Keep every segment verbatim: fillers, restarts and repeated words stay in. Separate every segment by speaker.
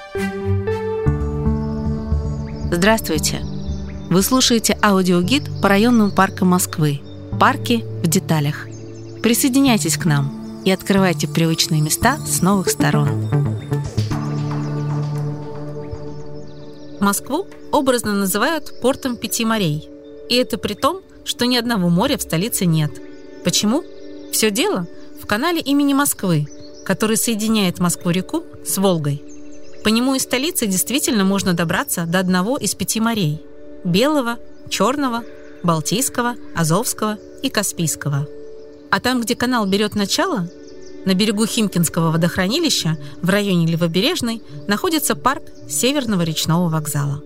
Speaker 1: Здравствуйте! Вы слушаете аудиогид по районным паркам Москвы. Парки в деталях. Присоединяйтесь к нам и открывайте привычные места с новых сторон. Москву образно называют портом пяти морей. И это при том, что ни одного моря в столице нет. Почему? Все дело в канале имени Москвы, который соединяет Москву-реку с Волгой. По нему из столицы действительно можно добраться до одного из пяти морей – Белого, Черного, Балтийского, Азовского и Каспийского. А там, где канал берет начало, на берегу Химкинского водохранилища в районе Левобережной находится парк Северного речного вокзала.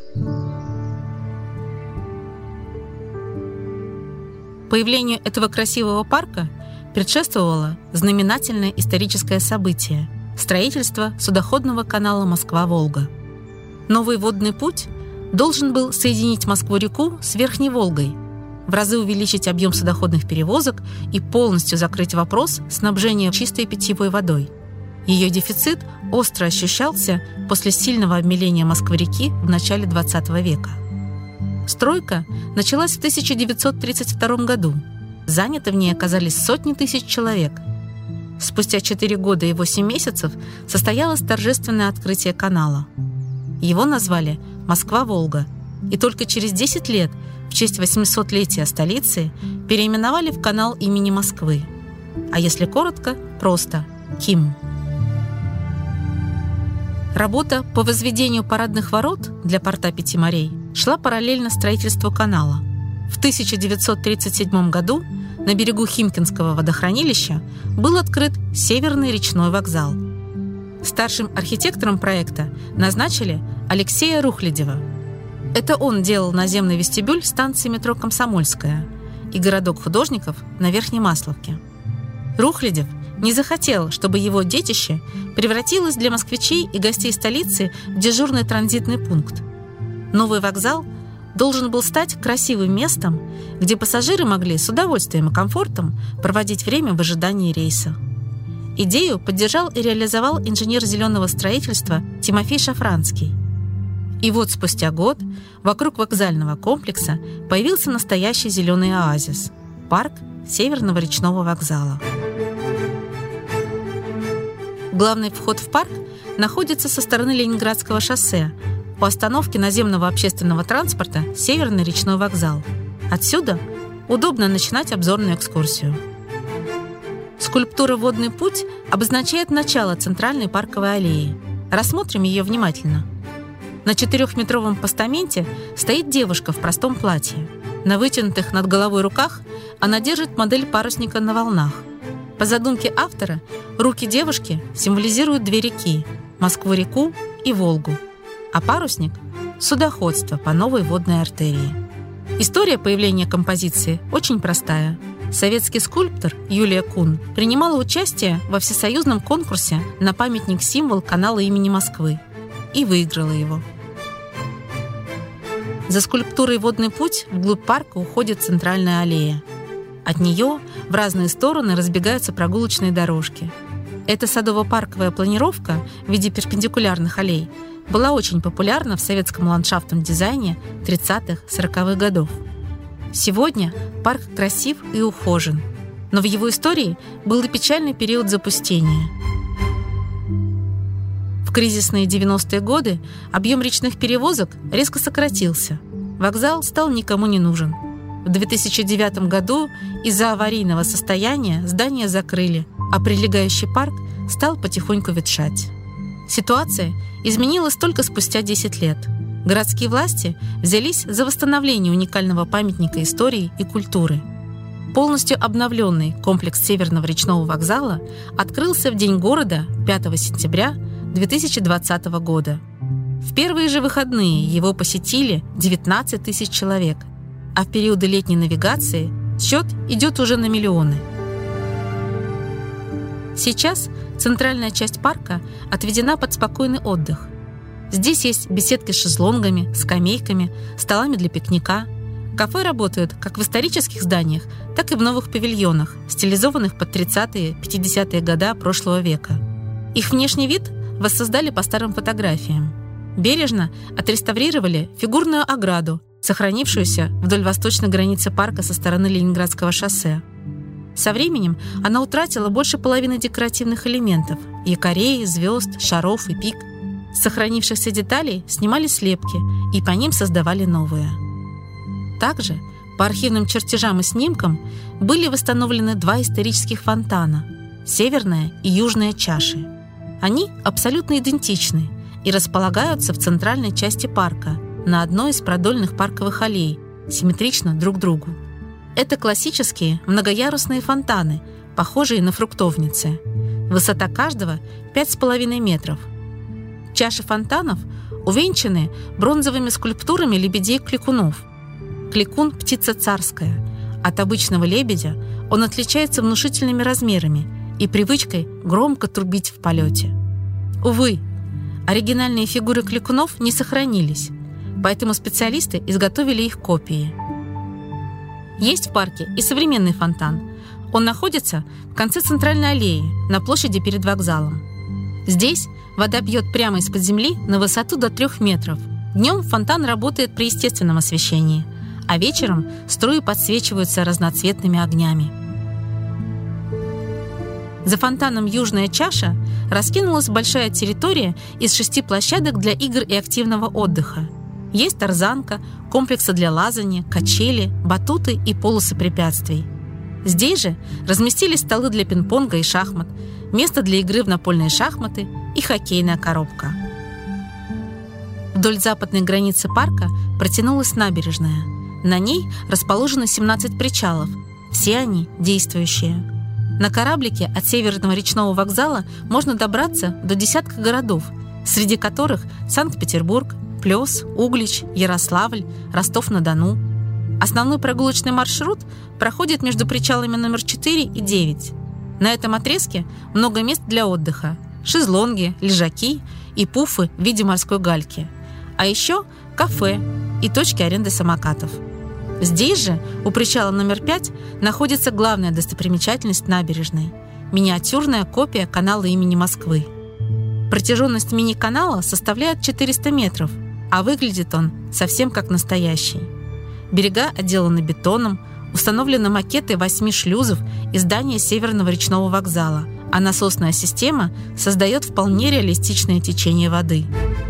Speaker 1: Появлению этого красивого парка предшествовало знаменательное историческое событие – строительство судоходного канала Москва-Волга. Новый водный путь должен был соединить Москву-реку с Верхней Волгой, в разы увеличить объем судоходных перевозок и полностью закрыть вопрос снабжения чистой питьевой водой. Ее дефицит остро ощущался после сильного обмеления Москвы-реки в начале двадцатого века. Стройка началась в тысяча девятьсот тридцать втором году. Заняты в ней оказались сотни тысяч человек. Спустя четыре года и восемь месяцев состоялось торжественное открытие канала. Его назвали «Москва-Волга», и только через десять лет, в честь восьмисотлетия столицы, переименовали в канал имени Москвы. А если коротко, просто КИМ. Работа по возведению парадных ворот для порта Пяти морей шла параллельно строительству канала. В тысяча девятьсот тридцать седьмом году на берегу Химкинского водохранилища был открыт Северный речной вокзал. Старшим архитектором проекта назначили Алексея Рухлядева. Это он делал наземный вестибюль станции метро «Комсомольская» и городок художников на Верхней Масловке. Рухлядев не захотел, чтобы его детище превратилось для москвичей и гостей столицы в дежурный транзитный пункт. Новый вокзал должен был стать красивым местом, где пассажиры могли с удовольствием и комфортом проводить время в ожидании рейса. Идею поддержал и реализовал инженер зеленого строительства Тимофей Шафранский. И вот спустя год вокруг вокзального комплекса появился настоящий зеленый оазис – парк Северного речного вокзала. Главный вход в парк находится со стороны Ленинградского шоссе, по остановке наземного общественного транспорта Северный речной вокзал. Отсюда удобно начинать обзорную экскурсию. Скульптура «Водный путь» обозначает начало центральной парковой аллеи. Рассмотрим ее внимательно. На четырехметровом постаменте стоит девушка в простом платье. На вытянутых над головой руках она держит модель парусника на волнах. По задумке автора, руки девушки символизируют две реки – Москву-реку и Волгу, а парусник – судоходство по новой водной артерии. История появления композиции очень простая. Советский скульптор Юлия Кун принимала участие во всесоюзном конкурсе на памятник-символ канала имени Москвы и выиграла его. За скульптурой «Водный путь» вглубь парка уходит центральная аллея. От нее в разные стороны разбегаются прогулочные дорожки. Эта садово-парковая планировка в виде перпендикулярных аллей была очень популярна в советском ландшафтном дизайне тридцатых-сороковых годов. Сегодня парк красив и ухожен, но в его истории был и печальный период запустения. В кризисные девяностые годы объем речных перевозок резко сократился. Вокзал стал никому не нужен. В две тысячи девятом году из-за аварийного состояния здание закрыли, а прилегающий парк стал потихоньку ветшать. Ситуация изменилась только спустя десять лет. Городские власти взялись за восстановление уникального памятника истории и культуры. Полностью обновленный комплекс Северного речного вокзала открылся в День города пятого сентября две тысячи двадцатого года. В первые же выходные его посетили девятнадцать тысяч человек, а в периоды летней навигации счет идет уже на миллионы. Сейчас центральная часть парка отведена под спокойный отдых. Здесь есть беседки с шезлонгами, скамейками, столами для пикника. Кафе работают как в исторических зданиях, так и в новых павильонах, стилизованных под тридцатые-пятидесятые годы прошлого века. Их внешний вид воссоздали по старым фотографиям. Бережно отреставрировали фигурную ограду, сохранившуюся вдоль восточной границы парка со стороны Ленинградского шоссе. Со временем она утратила больше половины декоративных элементов – якорей, звезд, шаров и пик. С сохранившихся деталей снимали слепки и по ним создавали новые. Также по архивным чертежам и снимкам были восстановлены два исторических фонтана – северная и южная чаши. Они абсолютно идентичны и располагаются в центральной части парка на одной из продольных парковых аллей, симметрично друг другу. Это классические многоярусные фонтаны, похожие на фруктовницы. Высота каждого пять с половиной метров. Чаши фонтанов увенчаны бронзовыми скульптурами лебедей-кликунов. Кликун – птица царская. От обычного лебедя он отличается внушительными размерами и привычкой громко трубить в полете. Увы, оригинальные фигуры кликунов не сохранились, поэтому специалисты изготовили их копии. Есть в парке и современный фонтан. Он находится в конце центральной аллеи, на площади перед вокзалом. Здесь вода бьет прямо из-под земли на высоту до трех метров. Днем фонтан работает при естественном освещении, а вечером струи подсвечиваются разноцветными огнями. За фонтаном «Южная чаша» раскинулась большая территория из шести площадок для игр и активного отдыха. Есть тарзанка, комплексы для лазания, качели, батуты и полосы препятствий. Здесь же разместились столы для пинг-понга и шахмат, место для игры в напольные шахматы и хоккейная коробка. Вдоль западной границы парка протянулась набережная. На ней расположено семнадцать причалов, все они действующие. На кораблике от Северного речного вокзала можно добраться до десятка городов, среди которых Санкт-Петербург, Плёс, Углич, Ярославль, Ростов-на-Дону. Основной прогулочный маршрут проходит между причалами номер четыре и девять. На этом отрезке много мест для отдыха – шезлонги, лежаки и пуфы в виде морской гальки. А еще кафе и точки аренды самокатов. Здесь же, у причала номер пять, находится главная достопримечательность набережной – миниатюрная копия канала имени Москвы. Протяженность мини-канала составляет четыреста метров, а выглядит он совсем как настоящий. Берега отделаны бетоном, установлены макеты восьми шлюзов и здания Северного речного вокзала, а насосная система создает вполне реалистичное течение воды.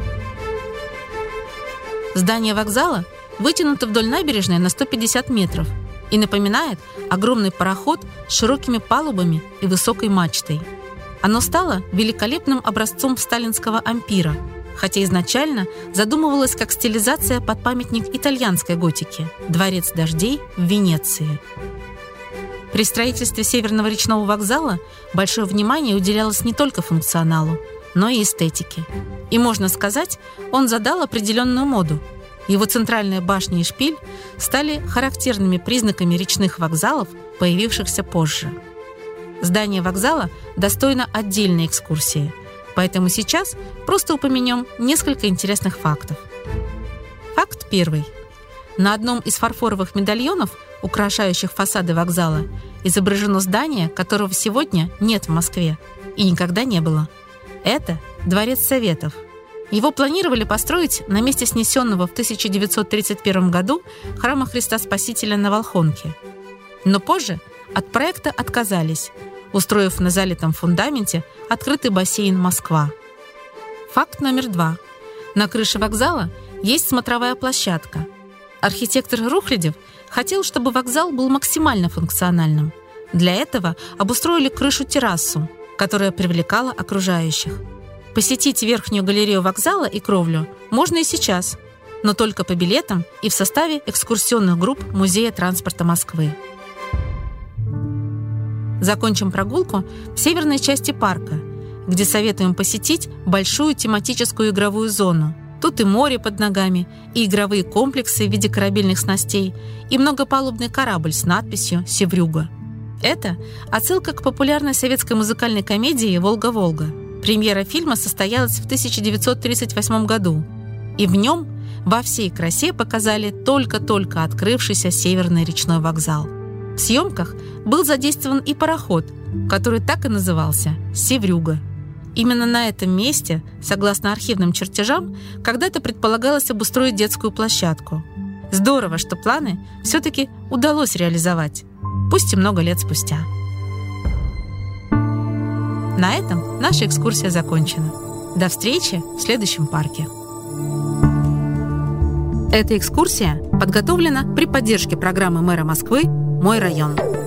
Speaker 1: Здание вокзала вытянуто вдоль набережной на сто пятьдесят метров и напоминает огромный пароход с широкими палубами и высокой мачтой. Оно стало великолепным образцом сталинского ампира, хотя изначально задумывалось как стилизация под памятник итальянской готики – Дворец дождей в Венеции. При строительстве Северного речного вокзала большое внимание уделялось не только функционалу, но и эстетике. И, можно сказать, он задал определенную моду. Его центральная башня и шпиль стали характерными признаками речных вокзалов, появившихся позже. Здание вокзала достойно отдельной экскурсии, поэтому сейчас просто упомянем несколько интересных фактов. Факт первый. На одном из фарфоровых медальонов, украшающих фасады вокзала, изображено здание, которого сегодня нет в Москве и никогда не было. Это Дворец Советов. Его планировали построить на месте снесенного в тысяча девятьсот тридцать первом году храма Христа Спасителя на Волхонке. Но позже от проекта отказались, устроив на залитом фундаменте открытый бассейн «Москва». Факт номер два. На крыше вокзала есть смотровая площадка. Архитектор Рухлядев хотел, чтобы вокзал был максимально функциональным. Для этого обустроили крышу-террасу, которая привлекала окружающих. Посетить верхнюю галерею вокзала и кровлю можно и сейчас, но только по билетам и в составе экскурсионных групп Музея транспорта Москвы. Закончим прогулку в северной части парка, где советуем посетить большую тематическую игровую зону. Тут и море под ногами, и игровые комплексы в виде корабельных снастей, и многопалубный корабль с надписью «Севрюга». Это отсылка к популярной советской музыкальной комедии «Волга-Волга». Премьера фильма состоялась в тысяча девятьсот тридцать восьмом году, и в нем во всей красе показали только-только открывшийся Северный речной вокзал. В съемках был задействован и пароход, который так и назывался «Севрюга». Именно на этом месте, согласно архивным чертежам, когда-то предполагалось обустроить детскую площадку. Здорово, что планы все-таки удалось реализовать, пусть и много лет спустя. На этом наша экскурсия закончена. До встречи в следующем парке. Эта экскурсия подготовлена при поддержке программы мэра Москвы «Мой район».